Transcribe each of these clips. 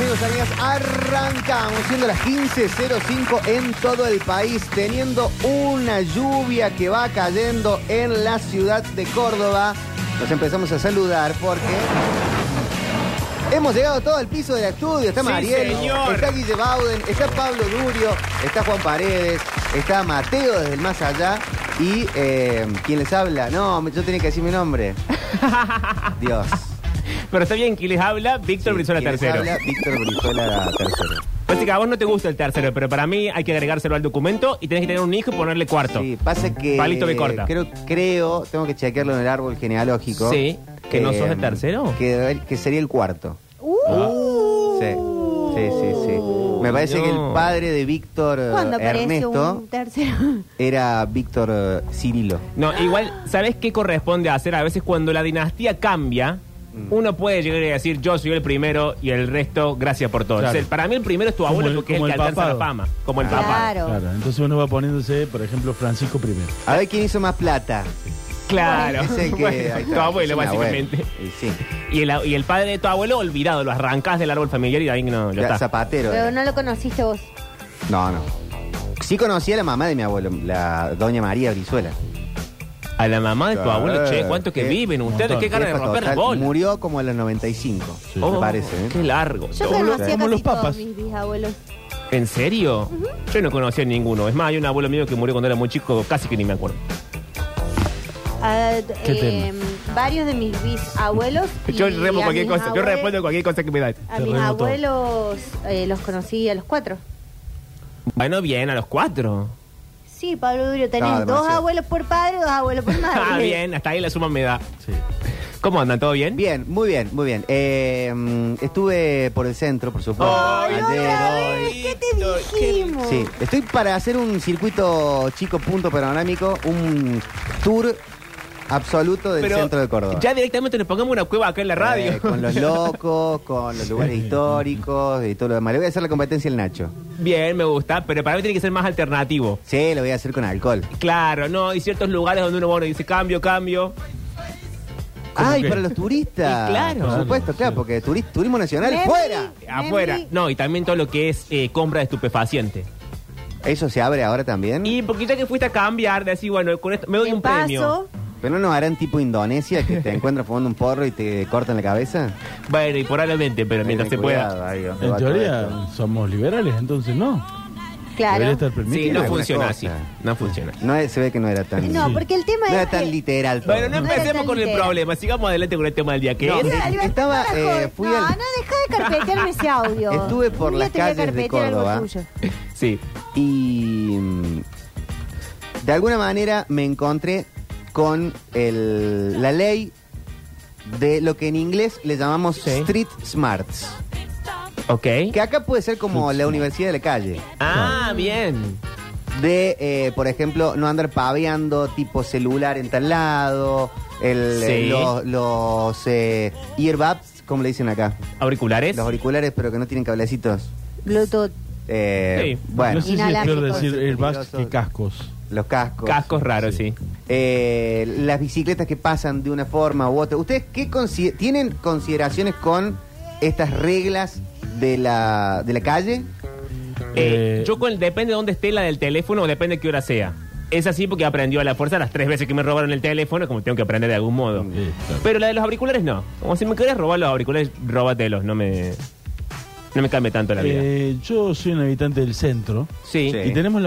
Amigos, amigas, arrancamos siendo las 15:05 en todo el país, teniendo una lluvia que va cayendo en la ciudad de Córdoba. Nos empezamos a saludar porque hemos llegado todo al piso del estudio. Está Mariel, está Guille Bauden, está Pablo Durio, está Juan Paredes, está Mateo desde el más allá y ¿quién les habla? No, yo tenía que decir mi nombre. Dios. Pero está bien, ¿quién les habla? Víctor Brizuela tercero. Habla Víctor Brizuela tercero. Parece que a vos no te gusta el tercero, pero para mí hay que agregárselo al documento y tenés que tener un hijo y ponerle cuarto. Sí, pasa que... Palito me corta. Creo, tengo que chequearlo en el árbol genealógico. Sí, que no sos el tercero. Que sería el cuarto. Sí. Me parece que el padre de Víctor Ernesto era Víctor Cirilo. No, igual, ¿sabés qué corresponde hacer? A veces cuando la dinastía cambia, uno puede llegar a decir yo soy el primero y el resto gracias por todo. Claro. O sea, para mí el primero es tu abuelo porque es el que alcanza la fama. Como el papá. Claro, entonces uno va poniéndose, por ejemplo, Francisco I. A ver quién hizo más plata. Claro. Ese que, bueno, ahí está, tu abuelo, es mi básicamente. abuelo. Sí. Y el padre de tu abuelo, olvidado, lo arrancás del árbol familiar y de ahí no, ya está. Zapatero. Pero no lo conociste vos. No. Sí conocí a la mamá de mi abuelo, la doña María Brizuela. A la mamá de tu abuelo, che, ¿cuánto que viven ustedes? ¿Qué cara de romper la bola? Murió como a los 95, Sí. me parece. Qué largo. Yo conocí a como casi los papas. todos mis bisabuelos. ¿En serio? Yo no conocía a ninguno. Es más, hay un abuelo mío que murió cuando era muy chico, casi que ni me acuerdo. ¿Qué tema? Varios de mis bisabuelos. Yo y remo a cualquier mis cosa, yo respondo cualquier cosa que me da. A Te mis remo todo. abuelos los conocí a los 4. Bueno, bien, a los 4. Sí, Pablo Durio, tenés No, dos demasiado. abuelos por padre, 2 abuelos por madre. Ah, bien, hasta ahí la suma me da. Sí. ¿Cómo andan? ¿Todo bien? Bien, muy bien. Estuve por el centro, por supuesto. Ay, ayer, otra hoy. vez, ¿qué te dijimos? Sí, estoy para hacer un circuito chico punto panorámico, un tour absoluto del Pero centro de Córdoba. ya directamente nos pongamos una cueva acá en la radio. Con los locos, con los lugares históricos y todo lo demás. Le voy a hacer la competencia al Nacho. Bien, me gusta, pero para mí tiene que ser más alternativo. Sí, lo voy a hacer con alcohol. Claro, no, hay ciertos lugares donde uno bueno, dice cambio. Ay, que? para los turistas. Y claro. Por supuesto, claro, porque turismo nacional Memory. fuera. Afuera. No, y también todo lo que es compra de estupefaciente. ¿Eso se abre ahora también? Y porque ya que fuiste a cambiar, de decir, bueno, con esto me doy De un paso, premio. ¿Pero no nos harán tipo Indonesia que te encuentran fumando un porro y te cortan la cabeza? Bueno, y probablemente, pero mientras se pueda. En teoría somos liberales, entonces no. claro. Debería estar Sí, permitido. no alguna funciona cosa. así. No funciona. Se ve que no era tan... No, porque el tema No era es tan que- literal todo. Bueno, no No era empecemos tan con el literal. problema. Sigamos adelante con el tema del día, que No, es... estaba, fui no, al- no, deja de carpetearme ese audio. Estuve por Un día las te voy a calles de carpetear algo Córdoba. tuyo. Sí. Y de alguna manera me encontré con la ley de lo que en inglés le llamamos Sí. Street Smarts. Ok. Que acá puede ser como la universidad de la calle. Ah, bien. De, por ejemplo, no andar paveando tipo celular en tal lado. Sí. Los earbuds, como le dicen acá. ¿Auriculares? Los auriculares, pero que no tienen cablecitos. Bluetooth. Sí. Bueno, No sé si es peor Inalámbricos. decir airbags Peligrosos. que cascos. los cascos. Cascos raros, sí. Las bicicletas que pasan de una forma u otra. ¿Ustedes qué tienen consideraciones con estas reglas de la calle? Yo depende de dónde esté la del teléfono o depende de qué hora sea. Es así porque aprendió a la fuerza las 3 veces que me robaron el teléfono, como tengo que aprender de algún modo. Sí, claro. Pero la de los auriculares no. Como si me querés robar los auriculares, róbatelos, no me cambie tanto la vida. Yo soy un habitante del centro Sí. Sí. y tenemos el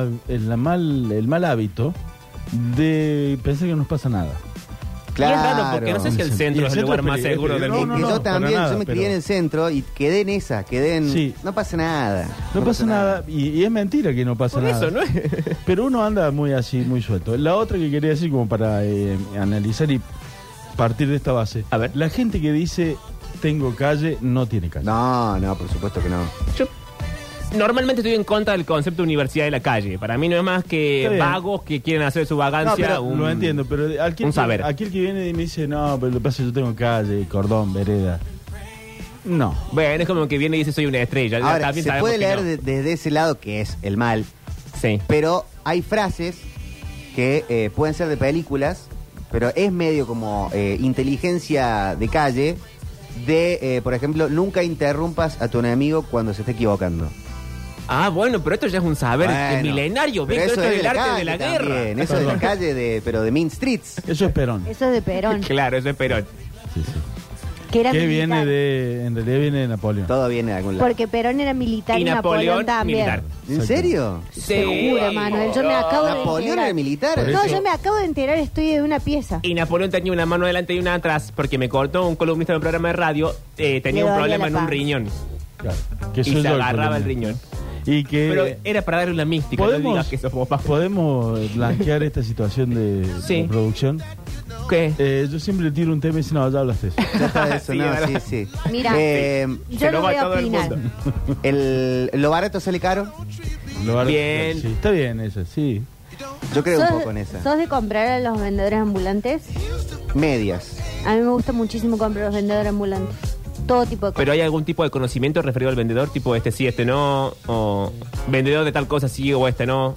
mal hábito de pensar que no nos pasa nada. Y es raro porque no sé si el Y centro el es el centro lugar es más peli- seguro del no, mundo. Que yo para también, nada, yo me crié pero- en el centro y quedé en esa, Sí. No pasa nada. No pasa nada y es mentira que no pasa Por nada. eso, ¿no? Pero uno anda muy así, muy suelto. La otra que quería decir como para analizar y partir de esta base. A ver. La gente que dice tengo calle, no tiene calle. No, por supuesto que no. Yo normalmente estoy en contra del concepto de universidad de la calle. Para mí no es más Está que bien. vagos que quieren hacer su vagancia. pero lo entiendo, pero un saber. aquel que viene y me dice, no, pero lo que pasa es que yo tengo calle, cordón, vereda. No. Bueno, es como que viene y dice soy una estrella. Ahora, También se sabemos puede que leer no. desde ese lado que es el mal, Sí. pero hay frases que pueden ser de películas, pero es medio como inteligencia de calle, de, por ejemplo, nunca interrumpas a tu enemigo cuando se esté equivocando. Ah, bueno, pero esto ya es un saber milenario. Pero Víctor, eso esto es es el arte de la también. guerra. Eso es de la calle, pero de Main Streets. Eso es Perón. Eso es de Perón. Claro, eso es Perón. Sí, sí. Que era Que militar. en realidad viene de Napoleón. Todo viene de algún lado. Porque Perón era militar y, Y Napoleón también. militar. ¿En serio? Seguro, Manuel. Yo me acabo de ¿Napoleón enterar. era militar? Por No, eso- yo me acabo de enterar, estoy de una pieza. Y Napoleón tenía una mano adelante y una atrás porque me cortó un columnista de un programa de radio. Tenía Le un dolía problema la en un panza. riñón. Claro, que Y soy se yo agarraba el columnista. riñón. Y que Pero era para darle una mística. No digas que sos vos, papá. podemos blanquear esta situación de Sí. producción. ¿Qué? Yo siempre le tiro un tema y dice, no, ya hablaste. Ya está de eso, Sí, no, ¿verdad? sí. Mira, Eh, yo Se no lo va voy a todo el opinar. mundo. ¿Lo barato sale caro? Lo barato- Bien. Sí, está bien eso, sí. Yo creo un poco en esa. ¿Sos de comprar a los vendedores ambulantes? Medias. A mí me gusta muchísimo comprar a los vendedores ambulantes. Todo tipo de cosas. ¿Pero hay algún tipo de conocimiento referido al vendedor? Tipo este sí, este no. O vendedor de tal cosa sí o este no.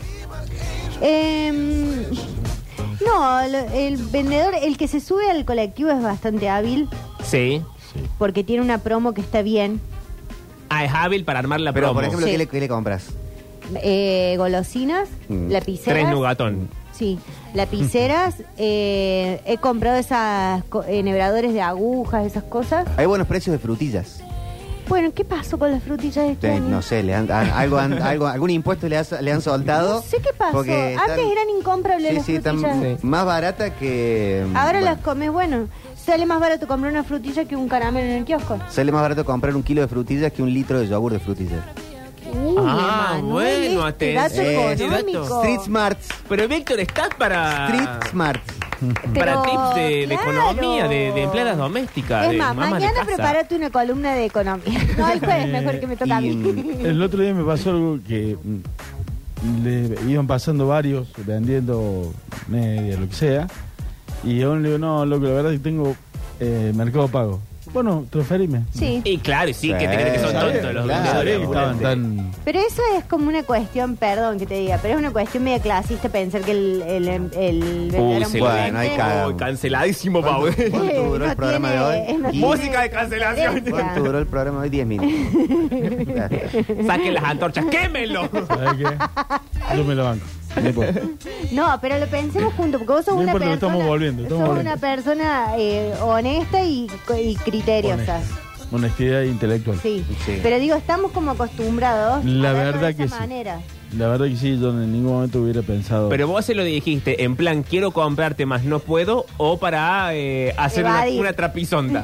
No, el vendedor, el que se sube al colectivo es bastante hábil Sí. porque tiene una promo que está bien. Ah, es hábil para armar la Pero, promo. por ejemplo, Sí. ¿qué le compras? Golosinas, lapiceras. 3 nugatón. Sí, lapiceras. He comprado esas enhebradores de agujas, esas cosas. Hay buenos precios de frutillas. Bueno, ¿qué pasó con las frutillas de este año? No sé, algún impuesto le han soltado. No sé qué pasó. porque Antes están- eran incomprables las Sí, están frutillas. Sí. más barata que... Ahora bueno, las comes, bueno. Sale más barato comprar una frutilla que un caramelo en el kiosco. Sale más barato comprar 1 kilo de frutillas que 1 litro de yogur de frutillas. Manuel, bueno, este dato atención. económico. Street Smarts. Pero Víctor, estás para. Street Smarts. Para Pero, tips de claro. economía, de empleadas domésticas. Es de más, mamas de mañana casa. prepárate una columna de economía. No, el jueves mejor que me toca a y- mí. El otro día me pasó algo que le iban pasando varios vendiendo medias, lo que sea. Y a uno le digo, no, loco, la verdad es que tengo Mercado Pago. Bueno, transferime. Sí. Y claro, sí, que Sí, te crees que son está tontos bien, los claro. vendedores. Que estaban ambulantes. tan... Pero eso es como una cuestión, perdón que te diga, pero es una cuestión media clasista pensar que el vendedor Se Bueno, ambulante- ahí cae. Uy, canceladísimo, Pau. ¿Cuánto duró el programa de hoy? no Música tiene de cancelación. extra. ¿Cuánto duró el programa de hoy? 10 minutos. Claro. Saquen las antorchas, quémenlo. ¿Sabes qué? Yo me lo banco. No importa. No, pero lo pensemos juntos, porque vos sos No una importa, persona. estamos volviendo, estamos sos volviendo. una persona honesta y criteriosa. Honestidad intelectual. Sí. Sí. Pero digo, estamos como acostumbrados La a verlo verdad de que esa sí. manera. La verdad que sí, yo en ningún momento hubiera pensado... Pero vos se lo dijiste en plan, quiero comprarte más, no puedo, o para hacer Evadir. una trapisonda.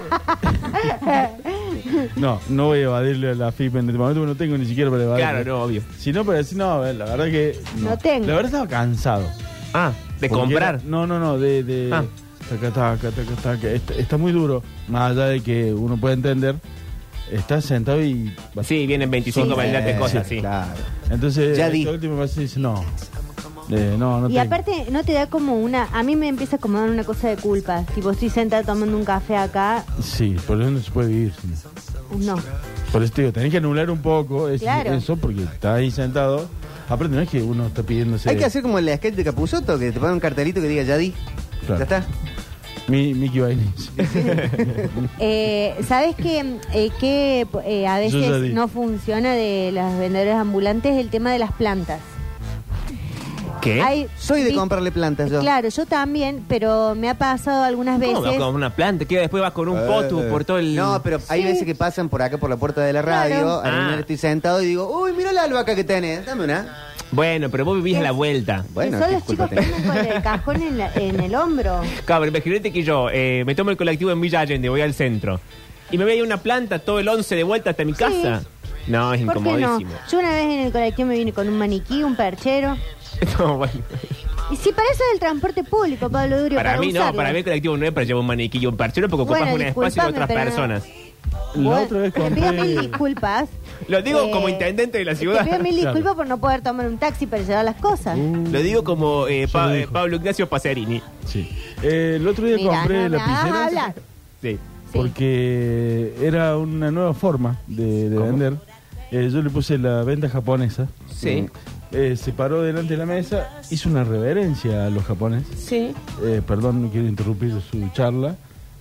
No voy a evadirle a la FIP en este momento porque no tengo ni siquiera para evadirle. Claro, no, obvio. Si no, para decir, no, la verdad que... No tengo. La verdad estaba cansado. Ah, de Porque comprar. era- no, de... Ah. taca. Está muy duro. Más allá de que uno puede entender, estás sentado y... Sí, vienen 25 Sí, venderte sí. cosas, sí. Claro. Entonces, Ya di. esta última vez dice, no. No Y tengo. aparte, no te da como una. A mí me empieza a acomodar una cosa de culpa. Tipo, estoy sentada tomando un café acá. Sí, por eso no se puede vivir. No. Por eso te digo, tenés que anular un poco Claro. eso porque estás ahí sentado. Aparte, no es que uno está pidiéndose... Hay que hacer como el sketch de Capusotto, que te ponen un cartelito que diga ya di. Claro. Ya está. Mickey Baines. ¿Sabes que a Yo ya veces di. no funciona de los vendedores ambulantes? El tema de las plantas. ¿Qué? Hay- Soy de vi- comprarle plantas yo. Claro, yo también, pero me ha pasado algunas ¿Cómo veces. vas con una planta? Que después vas con un potu por todo el... No, pero hay Sí. veces que pasan por acá, por la puerta de la radio. Claro. A mí Ah. estoy sentado y digo, uy, mira la albahaca que tenés, dame una. Bueno, pero vos vivís a la vuelta. Bueno, son los chicos discúlpate. que andan con el cajón en el hombro. Cabrón, imagínate que yo me tomo el colectivo en Villa Allende, voy al centro. Y me veía una planta todo el 11 de vuelta hasta mi casa. No, es ¿Por qué no? incomodísimo. Yo una vez en el colectivo me vine con un maniquí, un perchero. No, bueno. Y si para eso es el transporte público, Pablo Durio, Para mí no, usarlo. para mí el colectivo no es para llevar un maniquí y un perchero porque ocupas Bueno, un espacio de discúlpame, otras pero no. personas. La otra vez te pido mil compré... disculpas. Lo digo Eh, como intendente de la Te ciudad. pido mil Claro. disculpas por no poder tomar un taxi para llevar las cosas. Lo digo como Ya lo dijo. Pablo Ignacio Pacerini. Sí. El otro día Mira, compré no me hagas lapiceras hablar. Sí. Sí. porque era una nueva forma de vender. Yo le puse la venta japonesa. Sí. Se paró delante de la mesa, hizo una reverencia a los japoneses. Sí. Perdón, no quiero interrumpir su charla.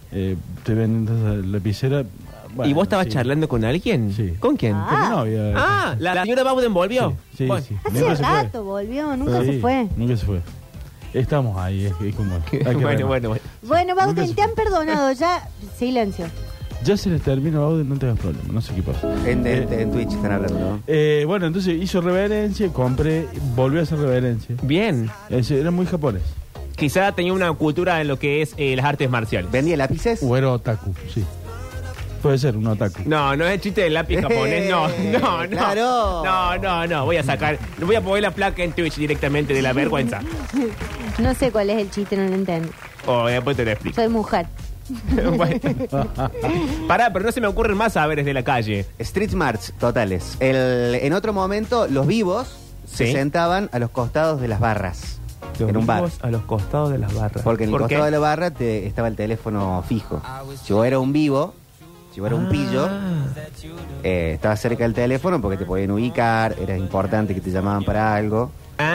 te venden esa lapicera. Bueno, ¿Y vos estabas sí. charlando con alguien? Sí. ¿Con quién? Con mi novia. La señora Bauden volvió. Sí, Bueno. sí. Hace Nunca se fue. rato volvió, nunca Sí, se fue. Nunca se fue. Estamos ahí, es como. hay que Bueno. Bueno, Nunca Bauden, se te han fue. perdonado ya. Silencio. Ya se les terminó, Bauden, no tengas problema, no sé qué pasa. En Twitch están hablando, ¿no? Bueno, entonces hizo reverencia, compré, volvió a hacer reverencia. Bien. Era muy japonés. Quizá tenía una cultura en lo que es las artes marciales. ¿Vendía lápices? O era otaku, sí. Puede ser un otaku. No es el chiste del lápiz japonés, no. Claro. No, voy a poner la placa en Twitch directamente de la vergüenza. No sé cuál es el chiste, no lo entiendo. Después te lo explico. Soy mujer. Bueno. Pará, pero no se me ocurren más saberes de la calle. Street smarts totales. En otro momento, los vivos se Sí. sentaban a los costados de las barras. En un bar. vivos a los costados de las barras. Porque en el ¿Por costado qué? de la barra estaba el teléfono fijo. Si vos eras un vivo, si vos eras un pillo, estabas cerca del teléfono porque te podían ubicar, era importante que te llamaban para algo.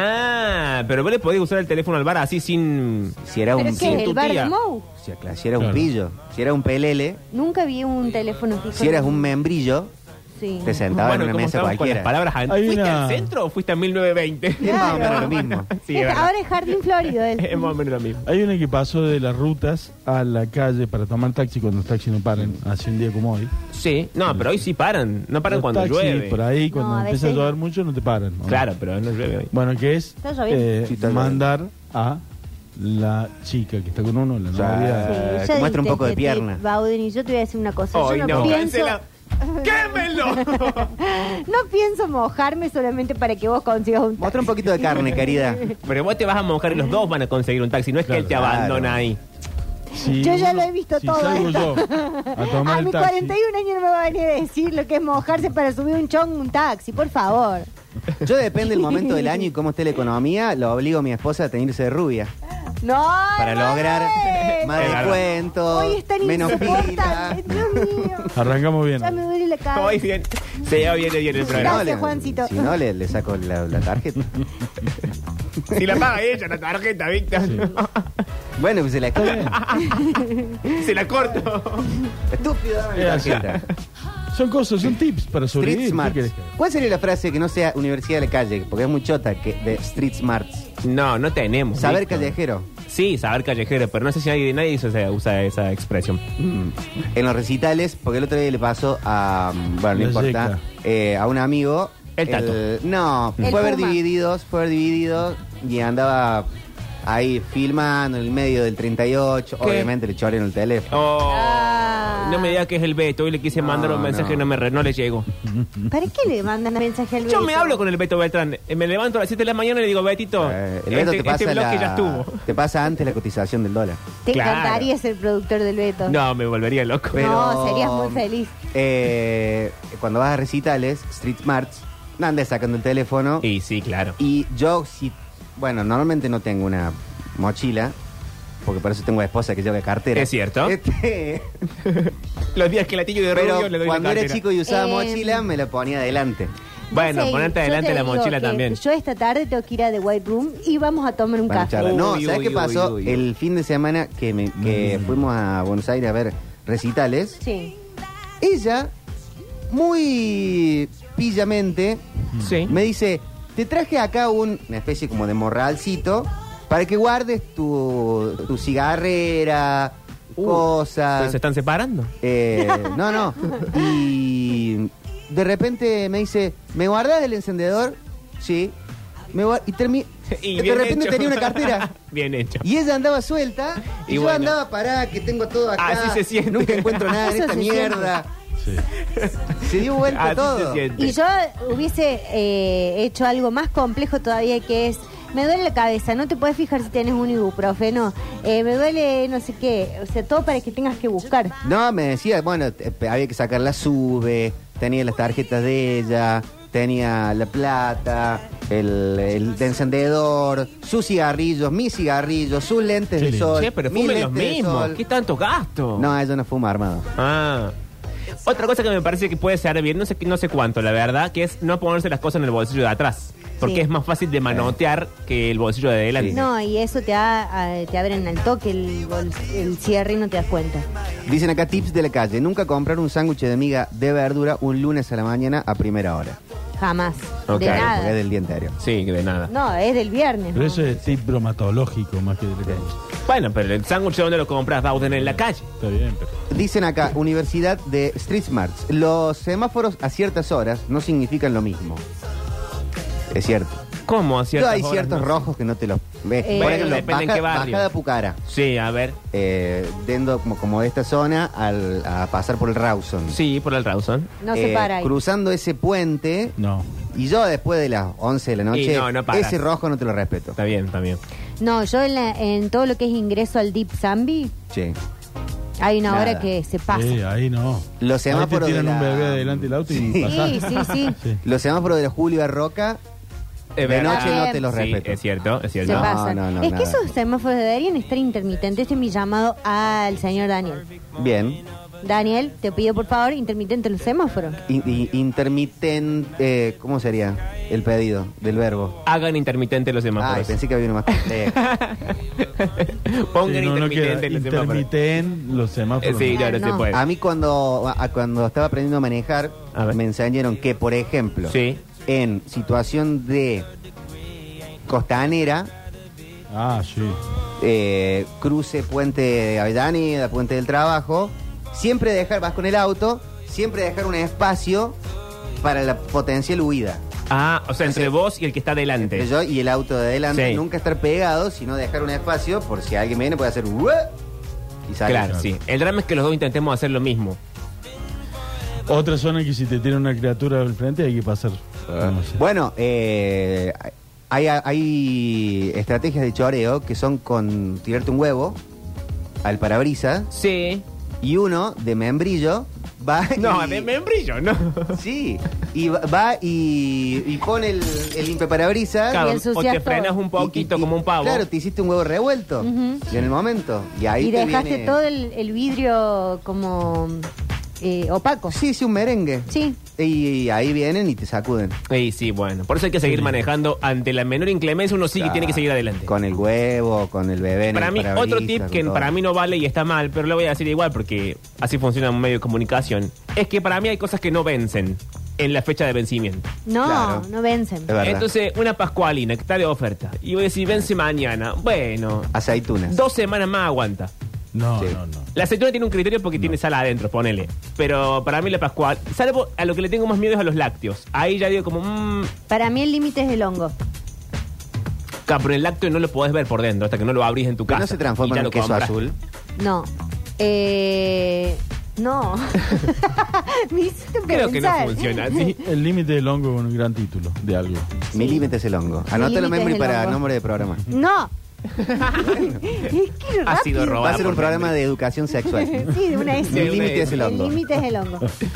Pero vos le podés usar el teléfono al bar así sin... Si era ¿Pero un, qué es, tu el bar tía. de Mou? si era un Claro. pillo, si era un pelele, Nunca vi un teléfono fijo. si eras un membrillo, Sí. te sentaban en una como mesa estamos con las cualquiera. palabras, Hay ¿fuiste una- al centro o fuiste a 1920? Es más o menos lo mismo. Sí, es verdad. Ahora es Jardín Florido él. Es más o menos lo mismo. Hay una que pasó de las rutas a la calle para tomar taxi cuando los taxis no paran, hace un día como hoy. Sí, no, pero hoy sí paran. No paran Los cuando taxis, llueve. por ahí, cuando No, a empieza a veces llover no. mucho, no te paran. ¿no? Claro, pero no llueve hoy. Bueno, que es Está lloviendo. Sí, está lloviendo. mandar a la chica que está con uno, la O sea, novia. que muestra un diste poco de este pierna. tip, Bauden, y yo te voy a decir una cosa. Hoy yo no, no pienso, cancela. ¡Quémelo! no pienso mojarme solamente para que vos consigas un Muestra un poquito de carne, querida. Pero vos te vas a mojar y los dos van a conseguir un taxi. No es que Claro, él te claro. abandona ahí. Si Yo ya uno- lo he visto si todo salgo esto. yo a tomar A el mis taxi. 41 años no me va a venir a decir lo que es mojarse para subir un chong un taxi, por favor. Yo depende del momento del año y cómo esté la economía, lo obligo a mi esposa a teñirse de rubia. No, Para lograr más Es verdad. descuentos, Hoy es tan menos insoportable, fila. Dios mío. Arrancamos bien. Ya me duele la cabeza. Hoy bien. Se va bien el programa. Gracias, Juancito. Si no, le saco la tarjeta. Si la paga ella, la tarjeta, Víctor. Bueno, pues se la escoge. Se la corto. Estúpido, dame la Es así. tarjeta. Son cosas, son tips para Street sobrevivir. ¿Qué Smarts. querés? ¿Cuál sería la frase que no sea Universidad de la Calle? Porque es muy chota de Street Smarts. No tenemos. Saber Víctor. callejero. Sí, saber callejero, pero no sé si nadie usa esa expresión. En los recitales, porque el otro día le pasó a. Bueno, no La importa. A un amigo. El Tato. No, El fue a ver Puma. divididos y andaba ahí filmando en el medio del 38. ¿Qué? Obviamente le chorearon el teléfono. Oh, Ah. No me diga que es el Beto. Hoy le quise mandar un mensaje y no le llegó. ¿Para qué le mandan mensaje al Beto? Yo me hablo con el Beto Beltrán. Me levanto a las 7 de la mañana y le digo, Betito, El Beto este bloque ya estuvo. te pasa antes la cotización del dólar. Te Claro. encantaría ser productor del Beto. No, me volvería loco. Pero- No, serías muy feliz. Cuando vas a recitales, Street Smarts, no andes sacando el teléfono. Y sí, claro. Y yo, bueno, normalmente no tengo una mochila, porque por eso tengo esposa que lleva cartera. Es cierto. Los días que la tillo de Pero rubio le doy cuando la era cartera. chico y usaba Em, mochila, me la ponía adelante. Bueno, Sí, ponerte yo adelante te la digo mochila que también. Yo esta tarde tengo que ir a The White Room y vamos a tomar un Para café. charlar. No, Uy, ¿sabes uy, qué pasó? uy, uy. El fin de semana que fuimos a Buenos Aires a ver recitales, Sí. ella, muy pillamente, Sí. me dice, te traje acá una especie como de morralcito para que guardes tu cigarrera, ¿Pero cosas. se están separando? No. Y de repente me dice, ¿me guardas el encendedor? Sí. Y de bien repente hecho. tenía una cartera. Bien hecho. Y ella andaba suelta y, Y yo bueno. andaba parada, que tengo todo acá. Así se siente. Nunca encuentro nada en Eso esta se mierda. Sí. Se dio vuelta Así todo. se siente. Y yo hubiese hecho algo más complejo todavía, que es, me duele la cabeza, no te puedes fijar si tienes un ibuprofeno, me duele no sé qué, o sea, todo para que tengas que buscar. No, me decía, bueno, había que sacar la SUBE, tenía las tarjetas de ella, tenía la plata, el encendedor, sus cigarrillos, mis cigarrillos, sus lentes Qué de lindo. sol. Che, pero mis fumen los lentes de mismos. sol. ¿Qué tanto gasto? No, ella no fuma armado. Ah. Otra cosa que me parece que puede ser bien, no sé cuánto, la verdad, que es no ponerse las cosas en el bolsillo de atrás. Porque Sí. es más fácil de manotear que el bolsillo de adelante. No, y eso te abren al toque el cierre y no te das cuenta. Dicen acá tips de la calle. Nunca comprar un sándwich de miga de verdura un lunes a la mañana a primera hora. Jamás. Ok, De nada. Porque es del día anterior. Sí, que de nada. No, es del viernes. Pero ¿no? eso es tip bromatológico más que de la calle. Bueno, pero el sándwich ¿dónde lo compras, Bauden? En la calle. Está bien, pero... Dicen acá, Universidad de Street Smarts. Los semáforos a ciertas horas no significan lo mismo. Es cierto. ¿Cómo? A ciertas Hay horas, ciertos no? rojos que no te los ves. Bueno, Por ejemplo, depende en qué barrio. bajada Pucara. Sí, a ver. Dentro como de esta zona a pasar por el Rawson. Sí, por el Rawson. No se para ahí. Cruzando ese puente. No. Y yo después de las 11 de la noche, Y no paras. ese rojo no te lo respeto. Está bien, está bien. No, yo en todo lo que es ingreso al Deep Zambi, Sí. hay una Nada. hora que se pasa. Ahí no. Los Ahí te semáforos tiran de un la- bebé adelante del auto y Sí. pasás. Sí. Sí. Los semáforos de la Julio Arroca, Es de verdad. noche no te los Sí, respeto. es cierto, es Se cierto. No, pasan. no, es que nada. esos semáforos deberían estar intermitentes. Este es mi llamado al señor Daniel. Bien. Daniel, te pido por favor, intermitente los semáforos. Intermitente, ¿cómo sería el pedido del verbo? Hagan intermitente los Ay, semáforos. pensé que había uno más complejo. Pongan Sí, no queda. intermitente los semáforos. Intermiten los semáforos. Sí, Ah, ahora no. se puede. A mí cuando estaba aprendiendo a manejar, A ver. me enseñaron que, por ejemplo, Sí. en situación de costanera, Ah, sí. cruce Puente de Avellaneda, Puente del Trabajo, siempre vas con el auto, siempre dejar un espacio para la potencial huida. Ah, o sea, entre Sí. vos y el que está delante. Entre yo y el auto de adelante, Sí. nunca estar pegados, sino dejar un espacio por si alguien viene puede hacer ¡uah! Y salir. Claro, sí. El drama es que los dos intentemos hacer lo mismo. Otra zona que si te tiene una criatura al frente hay que pasar. No sé. Bueno, hay estrategias de choreo que son con tirarte un huevo al parabrisas Sí. y uno de membrillo va No, y, de membrillo, no. sí, y va y pone el limpiaparabrisas Claro, o ensucias te todo. frenas un poquito y- como un pavo. Claro, te hiciste un huevo revuelto Ujú. y en el momento. Y ahí Y te dejaste viene- todo el vidrio como opaco. Sí, un merengue. Sí. Y ahí vienen y te sacuden. Y sí, bueno. Por eso hay que seguir manejando. Ante la menor inclemencia uno sí que tiene que seguir adelante. Con el huevo, con el bebé en Para el mí, parabrisas, otro tip con que todo. para mí no vale y está mal, pero lo voy a decir igual porque así funciona un medio de comunicación, es que para mí hay cosas que no vencen en la fecha de vencimiento. No, Claro. no vencen. Es verdad. Entonces, una pascualina que está de oferta y voy a decir, vence mañana. Bueno, Aceitunas. 2 semanas más aguanta. No, Sí. no. La aceituna tiene un criterio porque tiene sal adentro, ponele. Pero para mí la pascual, salvo a lo que le tengo más miedo es a los lácteos. Ahí ya digo como, Para mí el límite es el hongo. pero el lácteo no lo podés ver por dentro hasta que no lo abrís en tu Pero casa. no se transforma y ya en lo un queso compras. azul. No. No. Me hiciste Creo que no pensar. funciona así. El límite del hongo es un gran título de algo. Mi límite es el hongo. Anótalo, límite Membri, es el para hongo. nombre de programa. No. Es que Ha sido rápido. robado. Va a ser un por programa Membri. de educación sexual. Sí, de una S. Mi límite es el hongo. límite es el hongo.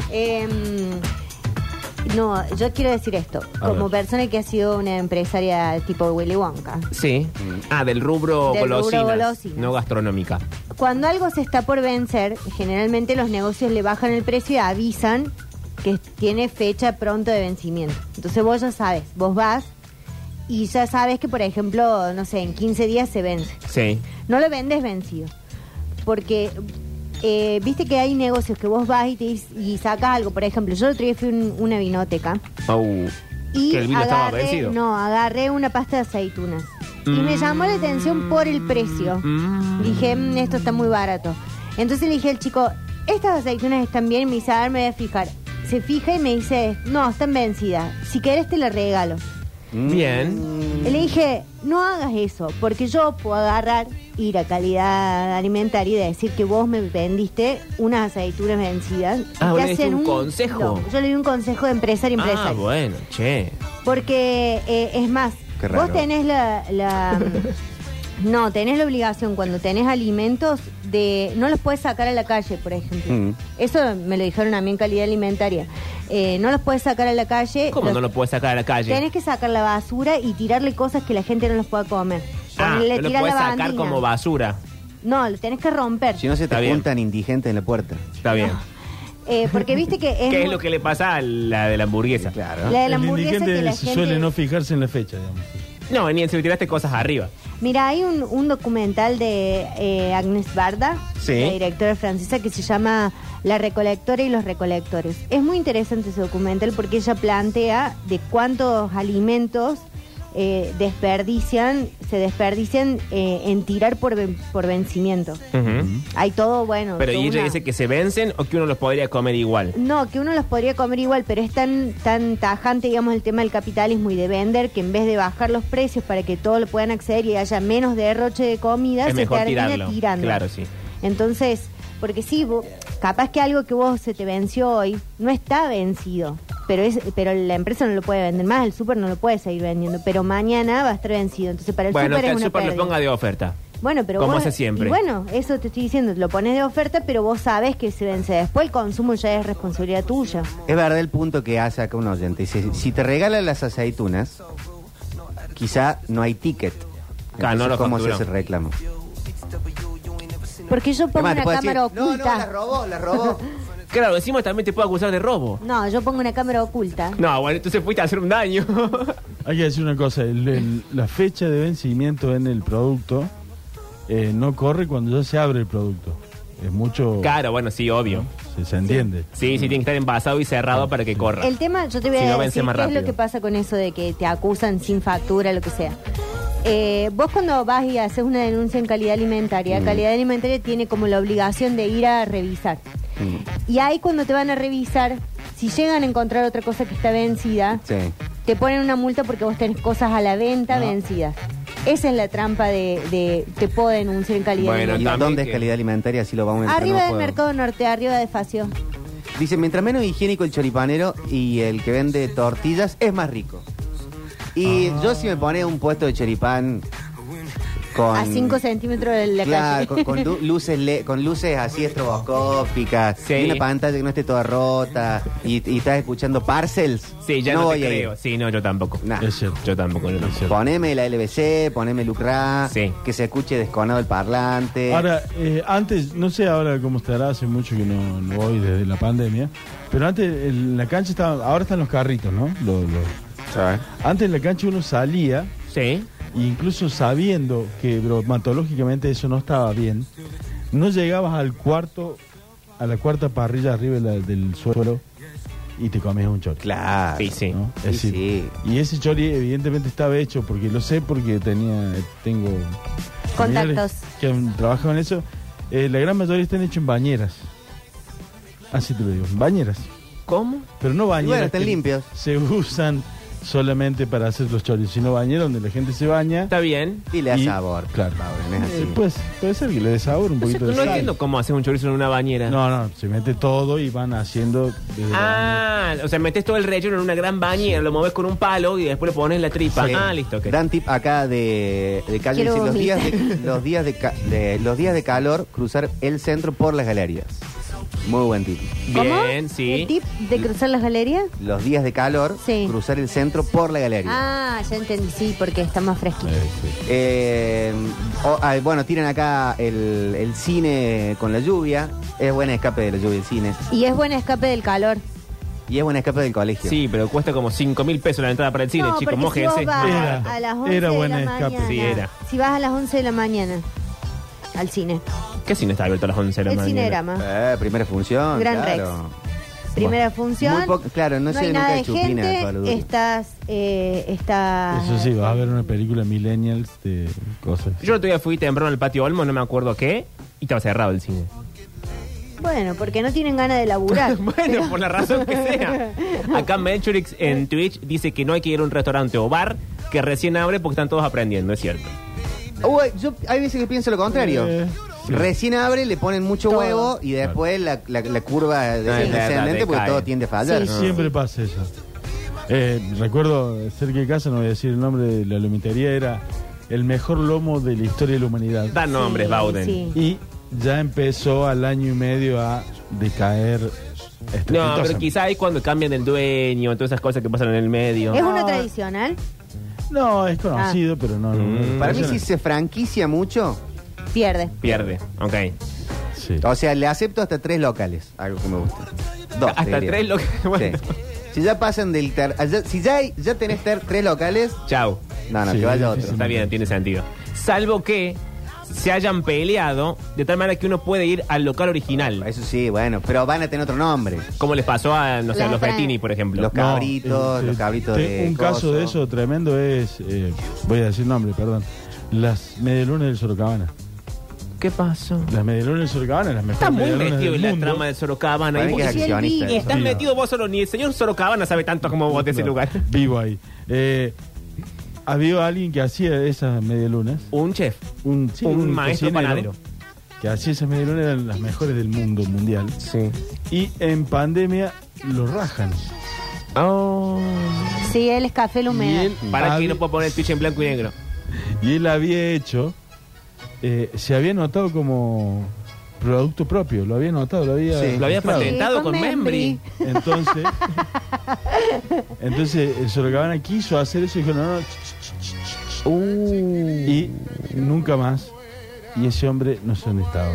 No, yo quiero decir esto. A Como ver. persona que ha sido una empresaria tipo Willy Wonka. Sí. Del rubro Del rubro golosinas, golosinas. no gastronómica. Cuando algo se está por vencer, generalmente los negocios le bajan el precio y avisan que tiene fecha pronto de vencimiento. Entonces vos ya sabes, vos vas y ya sabes que, por ejemplo, no sé, en 15 días se vence. Sí. No lo vendes vencido. Porque viste que hay negocios que vos vas y sacas algo. Por ejemplo, yo el otro día fui a una vinoteca y Que el vino estaba vencido. agarré una pasta de aceitunas. Y me llamó la atención por el precio. Dije, esto está muy barato. Entonces le dije al chico, estas aceitunas están bien. Y me dice, a ver, me voy a fijar. Se fija y me dice, no, están vencidas. Si querés te las regalo. Bien. Y le dije, no hagas eso, porque yo puedo agarrar, ir a calidad alimentaria y decir que vos me vendiste unas aceitunas vencidas. y Ah, te vos le diste hacen un consejo. No, yo le di un consejo de empresario a Ah, empresario. bueno, che. Porque es más, Qué raro. vos tenés no, tenés la obligación cuando tenés alimentos de no los puedes sacar a la calle, por ejemplo. Eso me lo dijeron a mí en calidad alimentaria. No los puedes sacar a la calle. ¿Cómo no lo puedes sacar a la calle? Tenés que sacar la basura y tirarle cosas que la gente no los pueda comer. Ah, Ponle, no lo tirar puedes la sacar bandina. como basura. No, lo tenés que romper. Si no se te Está bien. juntan indigentes en la puerta. Está bien. Porque viste que ¿Qué es lo que le pasa a la de la hamburguesa? Claro. La de la El hamburguesa indigente que la suele gente... no fijarse en la fecha, digamos. No, ni en si le tiraste cosas arriba. Mira, hay un documental de Agnès Varda, Sí. la directora francesa, que se llama La recolectora y los recolectores. Es muy interesante ese documental porque ella plantea de cuántos alimentos se desperdician en tirar por vencimiento. Ujú. Hay todo, bueno. Pero toda ¿y ella una- dice que se vencen o que uno los podría comer igual? No, que uno los podría comer igual, pero es tan tajante, digamos, el tema del capitalismo y de vender, que en vez de bajar los precios para que todos lo puedan acceder y haya menos derroche de comida, Es se mejor termina tirarlo. tirando. Claro, sí. Entonces, porque sí, capaz que algo que vos se te venció hoy no está vencido, pero la empresa no lo puede vender más, el súper no lo puede seguir vendiendo, pero mañana va a estar vencido. Entonces, para el Bueno, súper que es el una súper lo pérdida. ponga de oferta. Bueno, pero como vos- hace siempre. y bueno, eso te estoy diciendo, lo pones de oferta, pero vos sabés que se vence después, el consumo ya es responsabilidad tuya. Es verdad el punto que hace acá un oyente. Dice, si te regalan las aceitunas, quizá no hay ticket. Claro, no Entonces, lo ¿cómo se facturó. hace el reclamo? Porque yo pongo Además, te una puede cámara decir, No, oculta. la robó. Claro, decimos también te puede acusar de robo. No, yo pongo una cámara oculta. No, bueno, entonces fuiste a hacer un daño. Hay que decir una cosa, la fecha de vencimiento en el producto no corre cuando ya se abre el producto. Es mucho... Claro, bueno, sí, obvio. Se entiende. Sí, sí, tiene que estar envasado y cerrado para que corra. El tema, yo te voy Si a no, vence decir más qué es rápido. lo que pasa con eso de que te acusan sin factura, lo que sea. Vos cuando vas y haces una denuncia en calidad alimentaria, calidad alimentaria tiene como la obligación de ir a revisar. Y ahí cuando te van a revisar, si llegan a encontrar otra cosa que está vencida, Sí. te ponen una multa porque vos tenés cosas a la venta vencidas. Esa es la trampa de te puedo denunciar en calidad Bueno, ¿Y alimentaria. también dónde es que- calidad alimentaria? Así lo vamos a entrar, Arriba no del puedo. Mercado Norte, arriba de Facio. Dice, mientras menos higiénico el choripanero y el que vende tortillas, es más rico. Y yo si me pone un puesto de choripán con... A 5 centímetros de la Claro, calle. con luces así estroboscópicas, Sí. y una pantalla que no esté toda rota, y estás escuchando Parcels. Sí, ya no, voy te a ir. creo. Sí, no, yo tampoco. Nah. Es cierto. Yo tampoco, yo tampoco. Poneme la LBC, poneme Lucra, Sí. que se escuche desconado el parlante. Ahora, antes, no sé ahora cómo estará, hace mucho que no voy desde la pandemia, pero antes en la cancha estaba, ahora están los carritos, ¿no? Antes en la cancha uno salía, Sí. incluso sabiendo que bromatológicamente eso no estaba bien, no llegabas a la cuarta parrilla arriba del suelo y te comías un chori. Claro. Sí, sí. ¿no? Sí, Es decir, sí. y ese chori evidentemente estaba hecho, porque lo sé porque tengo familiares Contactos. que han trabajado en eso. La gran mayoría están hechos en bañeras. Así te lo digo, bañeras. ¿Cómo? Pero no bañeras. Y bueno, están que limpios. Se usan solamente para hacer los choris, sino bañeras donde la gente se baña. Está bien. Y le da Y- sabor. Claro. Pablo, no es así. Pues, puede ser que le dé sabor un No, poquito de no sal. entiendo cómo hacer un chorizo en una bañera. No, se mete todo y van haciendo desde la bañera. O sea, metes todo el relleno en una gran bañera, lo moves con un palo y después le pones la tripa. Sí. Ah, listo, ok. Dan tip acá de calle, Quiero dice, vomitar. los días de calor, cruzar el centro por las galerías. Muy buen tip. ¿Cómo? Bien, sí. ¿El tip de cruzar las galerías? Los días de calor, Sí. cruzar el centro por la galería. Ah, ya entendí, sí, porque está más fresquito. Sí. Bueno, tiran acá el cine con la lluvia. Es buen escape de la lluvia el cine. Y es buen escape del calor. Y es buen escape del colegio. Sí, pero cuesta como 5.000 pesos la entrada para el cine, No, chicos. porque si vos Mójense. vas Era- a las 11 era de buen la escape. mañana. Sí, era. Si vas a las 11 de la mañana al cine. ¿Qué cine está abierto a las 11 de la El mañana? Cinerama. Primera función. Gran claro. Primera función. Muy claro, no sé hay nunca nada de de chupina de Pablo gente. Durio. Está. Eso sí, vas a ver una película millennials de cosas. Yo el otro día fui temprano al patio Olmo, no me acuerdo qué, y estaba cerrado el cine. Bueno, porque no tienen ganas de laburar. Bueno, por la razón que sea. Acá Melchorix en Twitch dice que no hay que ir a un restaurante o bar que recién abre porque están todos aprendiendo, es cierto. Yo hay veces que pienso lo contrario. Sí. Recién abre, le ponen mucho Todo. huevo y después la curva Ah, es verdad, descendente porque decae. todo tiende a fallar. Sí. Siempre pasa eso. Recuerdo cerca de casa, no voy a decir el nombre de la lomitería, era el mejor lomo de la historia de la humanidad. Da nombres, Sí, Bauden. sí. Y ya empezó al año y medio a decaer. No, estrepitosamente. pero quizá ahí cuando cambian el dueño, todas esas cosas que pasan en el medio. ¿Es uno No. tradicional? No, es conocido, pero no. Mm. Para mí, no. si se franquicia mucho, Pierde. Pierde, ok. Sí. O sea, le acepto hasta 3 locales, algo que me gusta. 2. Hasta 3 locales. Bueno. Sí. Si ya pasan del... si ya tenés 3 locales... Chau. No, Sí, que vaya sí, otro. Está bien, tiene sentido. Salvo que se hayan peleado de tal manera que uno puede ir al local original. Eso sí, bueno, pero van a tener otro nombre. Como les pasó a, no sé, a los Las Bettini, por ejemplo. Los cabritos, los cabritos de Un caso coso. de eso tremendo es, voy a decir nombre, perdón, las medialunas del Sorocabana. ¿Qué pasó? Las medialunas del Sorocabana, las mejores Estás muy medialunas metido del en la mundo. trama del Sorocabana. Para Y mí que es vos- accionista. Y estás Sí, metido vos solo, ni el señor Sorocabana sabe tanto como vos de ese No, lugar. Vivo ahí. Había alguien que hacía esas medialunas. Un chef. Un maestro cocinero panadero. Que hacía esas medialunas, eran las mejores del mundo mundial. Sí. Y en pandemia lo rajan. Oh. Sí, él es café la Y humedad. él, Para que había, no puedo poner el Twitch en blanco y negro. y él había hecho, se había notado como producto propio, lo había notado, lo había Sí. Lo había registrado. patentado Sí, con con Membri. Entonces el Sorocabana quiso hacer eso y dijo, no, y nunca más. Y ese hombre no sé dónde estaba.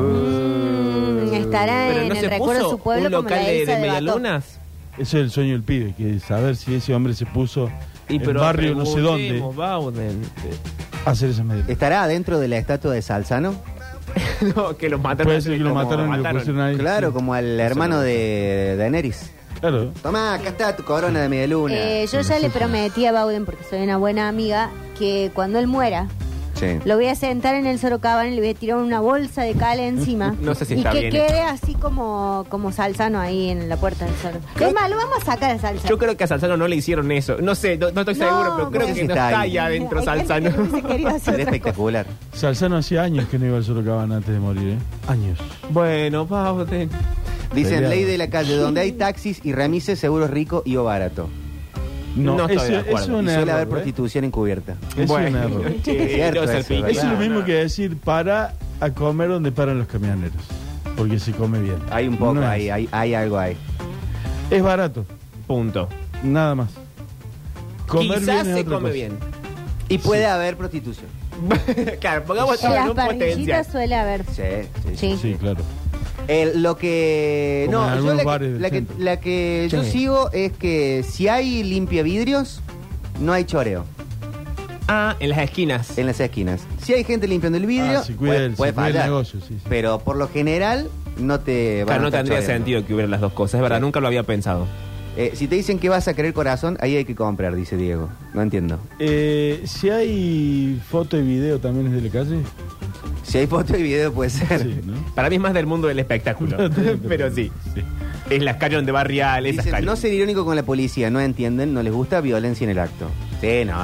Estará Pero en no el se recuerdo de puso su pueblo un como local la de Elsa de Bato. medialunas. Eso es el sueño del pibe, que saber si ese hombre se puso en barrio no sé dónde preguntemos, Bauden. a hacer esas medidas. ¿Estará adentro de la estatua de Salzano? No, que los mataron. Puede ser que lo como mataron y lo pusieron ahí. Claro, Sí. como al hermano de Daenerys. Claro. Tomá, acá está tu corona de medialuna. Yo ya le prometí a Bauden, porque soy una buena amiga, que cuando él muera, Sí. lo voy a sentar en el Sorocabana y le voy a tirar una bolsa de cal encima. No sé si y está que bien quede así como Salzano ahí en la puerta del Soro. Es más, lo vamos a sacar a Salzano. Yo creo que a Salzano no le hicieron eso. No sé, no estoy No, seguro, pero creo no sé que si no está está ahí. ahí adentro Hay gente Salzano. que no hubiese querido hacer Sería otra cosa. espectacular. Salzano hacía años que no iba al Sorocabana antes de morir, ¿eh? Años. Bueno, Bauden. Dicen, Peleado. ley de la calle, donde hay taxis y remises, seguro es rico y o barato. No estoy eso, de acuerdo. eso es Y un suele error, haber ¿eh? prostitución encubierta. Es un error. che, Es cierto debe ser eso, pique. ¿verdad? Eso es lo mismo que decir para a comer donde paran los camioneros. Porque se come bien. Hay un poco, No es. hay algo ahí. Es barato, Punto. nada más. Comer Quizás bien es se otra come cosa. bien. Y puede haber prostitución. Claro, pongamos todo En en las un potencial. parrillitas suele haber. Sí, sí, sí. Sí. Sí, claro. Lo que... Como en No, yo algunos la que, bares del la que, centro. la que yo Sí. sigo es que si hay limpia vidrios, no hay choreo Ah, en las esquinas. en las esquinas. Si hay gente limpiando el vidrio, Se cuida el puede se cuida el fallar. negocio, sí, sí. Pero por lo general no te van Claro, a no estar tendría choreando. sentido que hubiera las dos cosas. Es verdad, Sí. nunca lo había pensado. Si te dicen que vas a querer corazón, ahí hay que comprar, dice Diego. No entiendo. Si hay foto y video también es de la calle. Si hay foto y video puede ser. Sí, ¿no? Para mí es más del mundo del espectáculo. Pero sí. Es las calles donde barrial, esas Dicen, calles. no ser irónico con la policía, no entienden, no les gusta violencia en el acto. Sí, no.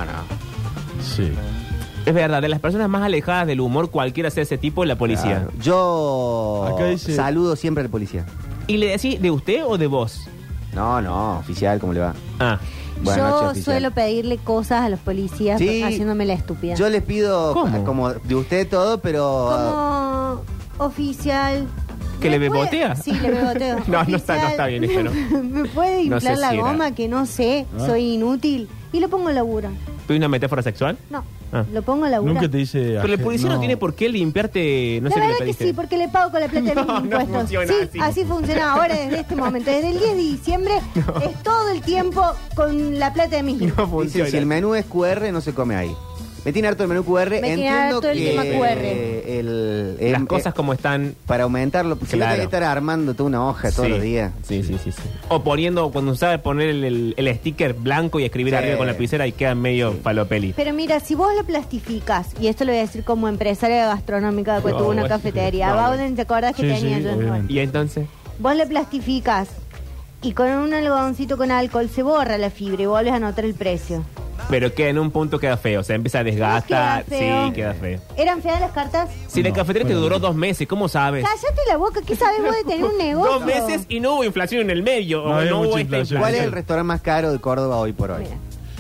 Sí. Es verdad, de las personas más alejadas del humor, cualquiera sea ese tipo, la policía. Claro. Yo Acá dice- saludo siempre al policía. ¿Y le decís de usted o de vos? No, oficial, ¿cómo le va? Ah, Buenas Yo noches, oficial. suelo pedirle cosas a los policías Sí. haciéndome la estúpida. Yo les pido ¿Cómo? como de usted todo, pero Como oficial. ¿Que ¿me le puede- bebotea? Sí, le beboteo. No, no está bien esto, ¿no? ¿Me puede No inflar sé la si era- goma que no sé, ¿Ah? soy inútil? Y lo pongo a laburo. ¿Tuve una metáfora sexual? No, Ah. lo pongo a laburo. Nunca te dice. Pero el policía no tiene por qué limpiarte, no La sé qué le verdad que pediste. sí, porque le pago con la plata de mis No, no impuestos. funciona Sí, así. funciona ahora desde este momento. Desde el 10 de diciembre es todo el tiempo con la plata de mis No impuestos. dicen, funciona. si el menú es QR, no se come ahí. Me tiene harto el menú QR. Me tiene Entiendo harto el que tema QR. el- Las cosas como están. para aumentarlo, si no Claro. tenés que estar armando toda una hoja todos Sí. los días. Sí. O poniendo, cuando sabes poner el sticker blanco y escribir Sí. arriba con la lapicera y queda medio falopeli. Pero mira, si vos lo plastificás, y esto lo voy a decir como empresaria gastronómica que No, tuvo una bueno. cafetería, No, Bauden, ¿te acordás que Sí, tenía sí, yo? obviamente. Y entonces, Vos le plastificás y con un algodoncito con alcohol se borra la fibra y vuelves a anotar el precio. pero queda en un punto queda feo, o sea, empieza a desgastar. ¿No queda feo? Sí, queda feo. ¿Eran feas las cartas? Si la No, cafetería te bueno. duró 2 meses, ¿cómo sabes? Cállate la boca, ¿qué sabes vos de tener un negocio? 2 meses y no hubo inflación en el medio. No o había no mucha hubo esta inflación. ¿Cuál es inflación. el restaurante más caro de Córdoba hoy por hoy? Mira,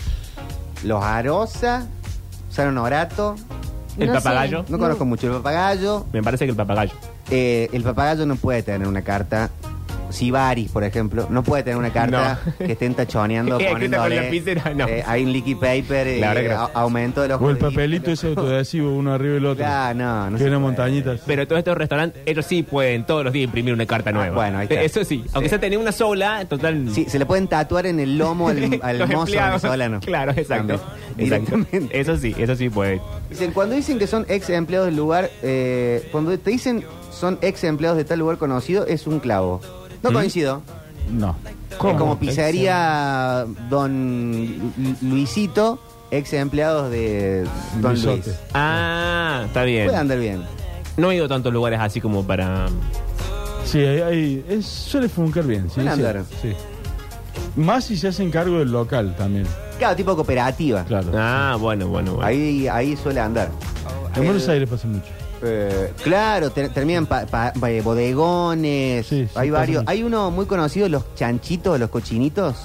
Los Arosa, San Honorato. ¿El no sé. papagayo? No conozco mucho el papagayo. Me parece que el papagayo. El papagayo no puede tener una carta Sibaris, por ejemplo, no puede tener una carta que estén tachoneando, Escrita con poniéndole, lapicera, no. hay un liquid paper, La verdad que aumento de los O el papelito ese autoadhesivo, uno arriba del otro. No que se una puede. montañita. Pero todos estos restaurantes, ellos sí pueden todos los días imprimir una carta nueva. bueno, ahí está. Eso sí, aunque sea tener una sola, en total. Sí, se le pueden tatuar en el lomo al los mozo empleados. venezolano. Claro, exacto. También, Exacto. directamente. Eso sí puede. Dicen, cuando dicen que son ex empleados del lugar, cuando te dicen son ex empleados de tal lugar conocido, es un clavo. No coincido. No. Es como pizzería Don Luisito, ex empleados de Don Luisote. Luis. Ah, está bien. Puede andar bien. No he ido a tantos lugares así como para. Sí, suele funcar bien. Sí, Puede andar. sí. Más si se hacen cargo del local también. Claro, tipo cooperativa. Claro. Ah, bueno. Ahí suele andar. En Buenos Aires pasa mucho. Claro, terminan bodegones. Sí, hay pasa varios. mucho. Hay uno muy conocido, los chanchitos, los cochinitos,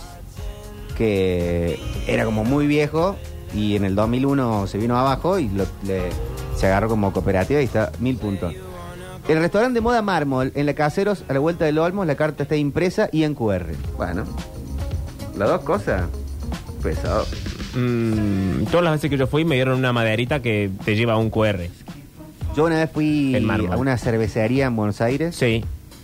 que era como muy viejo y en el 2001 se vino abajo y se agarró como cooperativa y está 1000 puntos. El restaurante de moda Mármol, en la Caseros, a la vuelta del Olmos, la carta está impresa y en QR. Bueno, las dos cosas, pesado. Todas las veces que yo fui me dieron una maderita que te lleva a un QR. Yo una vez fui El Mármol. a una cervecería en Buenos Aires. Sí.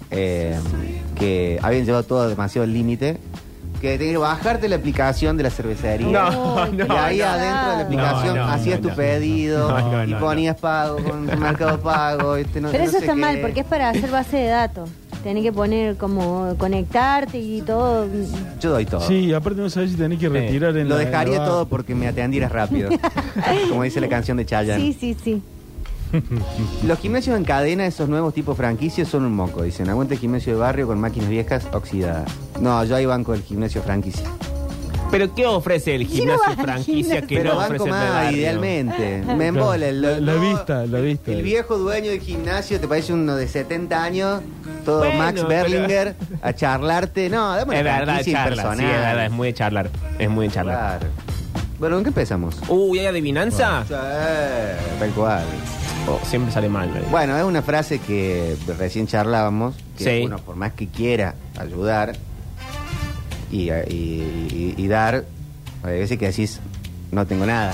Que habían llevado todo demasiado al límite, que tenías que bajarte la aplicación de la cervecería. No, y no, ahí no. adentro de la aplicación No, hacías tu no. pedido y No. ponías pago con tu Mercado Pago. Pero no eso sé está qué. mal, porque es para hacer base de datos. Tenés que poner como conectarte y todo. Yo doy todo. Sí, aparte no sabes si tenés que retirar en Lo la... dejaría en la todo porque me atendieras rápido. Como dice la canción de Chayanne. Sí. Los gimnasios en cadena, esos nuevos tipos franquicias, son un moco. Dicen, aguante el gimnasio de barrio con máquinas viejas oxidadas. No, yo ahí banco el gimnasio franquicia. ¿Pero qué ofrece el no gimnasio vas al franquicia gimnasio? que Pero no banco ofrece el de más, barrio? idealmente. Me embola. La vista. El viejo dueño del gimnasio te parece uno de 70 años, todo Bueno, Max pero- Berlinger, a charlarte. No, dame una Es verdad, franquicia charla. impersonal. Sí, es verdad, es muy de charlar. Es muy de charlar. Claro. Bueno, ¿en qué empezamos? ¿Y hay adivinanza? Sí, tal cual. Oh, siempre sale mal. Bueno, es una frase que recién charlábamos, que Sí. uno por más que quiera ayudar y dar, hay veces que decís, no tengo nada,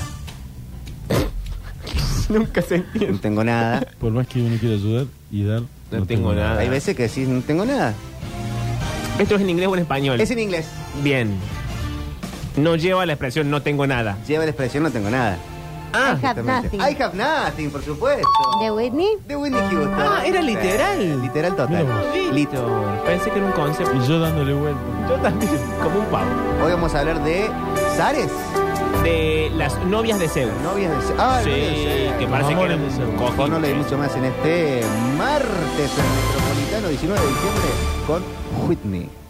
Nunca se no entiende. tengo nada. Por más que uno quiera ayudar y dar, No tengo nada. Hay veces que decís, no tengo nada. ¿Esto es en inglés o en español? Es en inglés. Bien. No lleva la expresión no tengo nada. Lleva la expresión no tengo nada. Ah, I have Exactamente. nothing. I have nothing, por supuesto. ¿De Whitney? De Whitney Houston. Ah, era literal. Literal total. Mira vos. Víctor. Pensé que era un concepto. Y yo dándole vuelta. Yo también, como un pavo. Hoy vamos a hablar de Zares. De las novias de Zeus. Novias de Sí, que parece que amores eran de Zeus. Mejor no leí cojines. mucho más en este martes en el Metropolitano 19 de diciembre con Whitney.